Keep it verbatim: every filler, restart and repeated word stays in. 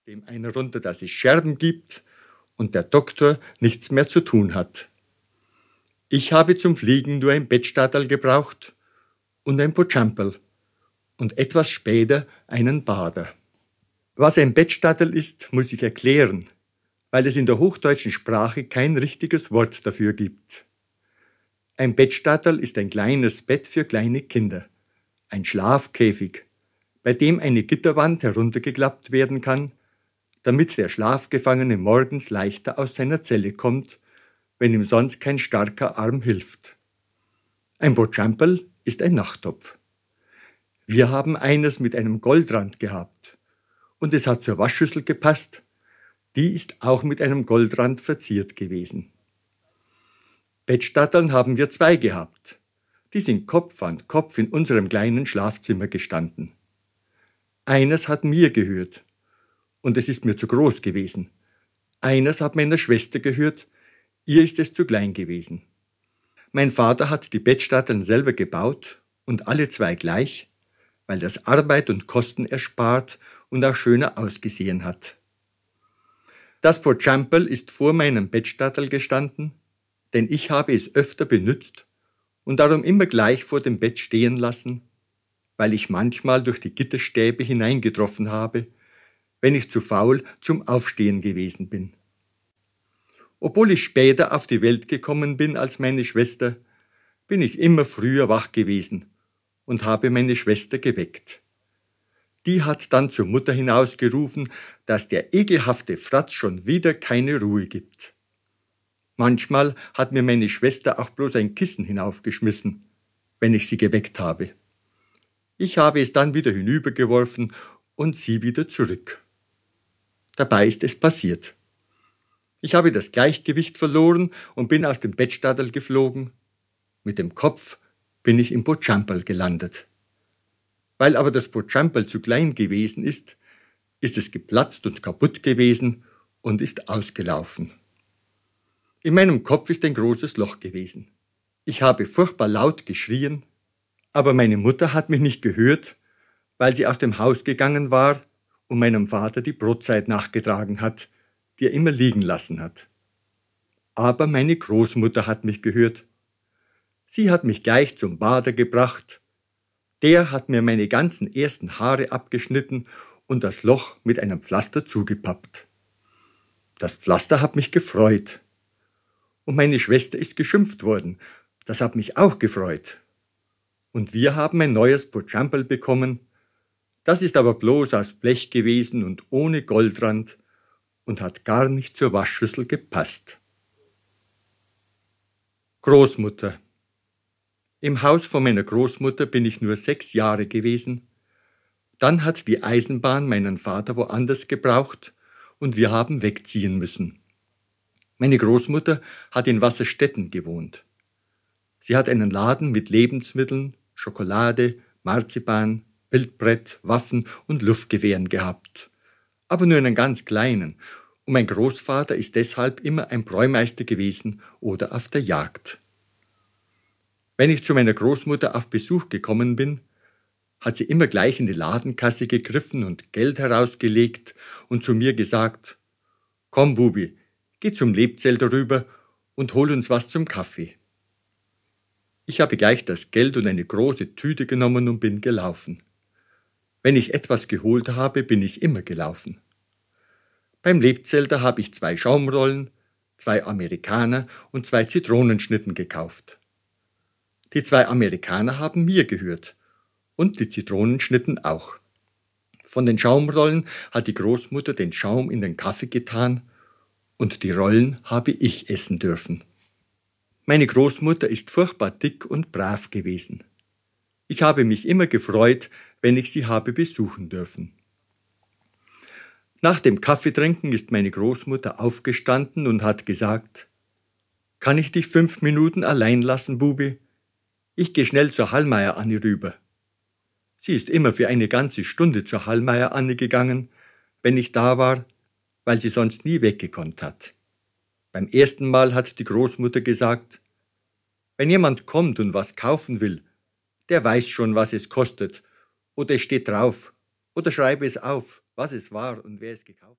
dem einer runter, dass es Scherben gibt und der Doktor nichts mehr zu tun hat. Ich habe zum Fliegen nur ein Bettstaderl gebraucht und ein Potschampel und etwas später einen Bader. Was ein Bettstaderl ist, muss ich erklären, weil es in der hochdeutschen Sprache kein richtiges Wort dafür gibt. Ein Bettstaderl ist ein kleines Bett für kleine Kinder, ein Schlafkäfig, bei dem eine Gitterwand heruntergeklappt werden kann, damit der Schlafgefangene morgens leichter aus seiner Zelle kommt, wenn ihm sonst kein starker Arm hilft. Ein Potschampel ist ein Nachttopf. Wir haben eines mit einem Goldrand gehabt und es hat zur Waschschüssel gepasst, die ist auch mit einem Goldrand verziert gewesen. Bettstattern haben wir zwei gehabt, die sind Kopf an Kopf in unserem kleinen Schlafzimmer gestanden. Eines hat mir gehört und es ist mir zu groß gewesen. Eines hat meiner Schwester gehört, ihr ist es zu klein gewesen. Mein Vater hat die Bettstattern selber gebaut und alle zwei gleich, weil das Arbeit und Kosten erspart und auch schöner ausgesehen hat. Das Potschampel ist vor meinem Bettstaderl gestanden, denn ich habe es öfter benützt und darum immer gleich vor dem Bett stehen lassen, weil ich manchmal durch die Gitterstäbe hineingetroffen habe, wenn ich zu faul zum Aufstehen gewesen bin. Obwohl ich später auf die Welt gekommen bin als meine Schwester, bin ich immer früher wach gewesen und habe meine Schwester geweckt. Die hat dann zur Mutter hinausgerufen, dass der ekelhafte Fratz schon wieder keine Ruhe gibt. Manchmal hat mir meine Schwester auch bloß ein Kissen hinaufgeschmissen, wenn ich sie geweckt habe. Ich habe es dann wieder hinübergeworfen und sie wieder zurück. Dabei ist es passiert. Ich habe das Gleichgewicht verloren und bin aus dem Bettstaderl geflogen. Mit dem Kopf bin ich im Potschampel gelandet. Weil aber das Potschampel zu klein gewesen ist, ist es geplatzt und kaputt gewesen und ist ausgelaufen. In meinem Kopf ist ein großes Loch gewesen. Ich habe furchtbar laut geschrien, aber meine Mutter hat mich nicht gehört, weil sie aus dem Haus gegangen war und meinem Vater die Brotzeit nachgetragen hat, die er immer liegen lassen hat. Aber meine Großmutter hat mich gehört. Sie hat mich gleich zum Bader gebracht. Der hat mir meine ganzen ersten Haare abgeschnitten und das Loch mit einem Pflaster zugepappt. Das Pflaster hat mich gefreut. Und meine Schwester ist geschimpft worden. Das hat mich auch gefreut. Und wir haben ein neues Potschampel bekommen. Das ist aber bloß aus Blech gewesen und ohne Goldrand und hat gar nicht zur Waschschüssel gepasst. Großmutter. Im Haus von meiner Großmutter bin ich nur sechs Jahre gewesen. Dann hat die Eisenbahn meinen Vater woanders gebraucht und wir haben wegziehen müssen. Meine Großmutter hat in Wasserstetten gewohnt. Sie hat einen Laden mit Lebensmitteln, Schokolade, Marzipan, Bildbrett, Waffen und Luftgewehren gehabt. Aber nur einen ganz kleinen. Und mein Großvater ist deshalb immer ein Bräumeister gewesen oder auf der Jagd. Wenn ich zu meiner Großmutter auf Besuch gekommen bin, hat sie immer gleich in die Ladenkasse gegriffen und Geld herausgelegt und zu mir gesagt, »Komm, Bubi, geh zum Lebzelt rüber und hol uns was zum Kaffee.« Ich habe gleich das Geld und eine große Tüte genommen und bin gelaufen. Wenn ich etwas geholt habe, bin ich immer gelaufen. Beim Lebzelter habe ich zwei Schaumrollen, zwei Amerikaner und zwei Zitronenschnitten gekauft. Die zwei Amerikaner haben mir gehört und die Zitronenschnitten auch. Von den Schaumrollen hat die Großmutter den Schaum in den Kaffee getan und die Rollen habe ich essen dürfen. Meine Großmutter ist furchtbar dick und brav gewesen. Ich habe mich immer gefreut, wenn ich sie habe besuchen dürfen. Nach dem Kaffeetrinken ist meine Großmutter aufgestanden und hat gesagt, »Kann ich dich fünf Minuten allein lassen, Bubi? Ich gehe schnell zur Hallmeier Anne rüber.« Sie ist immer für eine ganze Stunde zur Hallmeier Anne gegangen, wenn ich da war, weil sie sonst nie weggekonnt hat. Beim ersten Mal hat die Großmutter gesagt, »Wenn jemand kommt und was kaufen will, der weiß schon, was es kostet, oder es steht drauf, Oder schreibe es auf, was es war und wer es gekauft hat.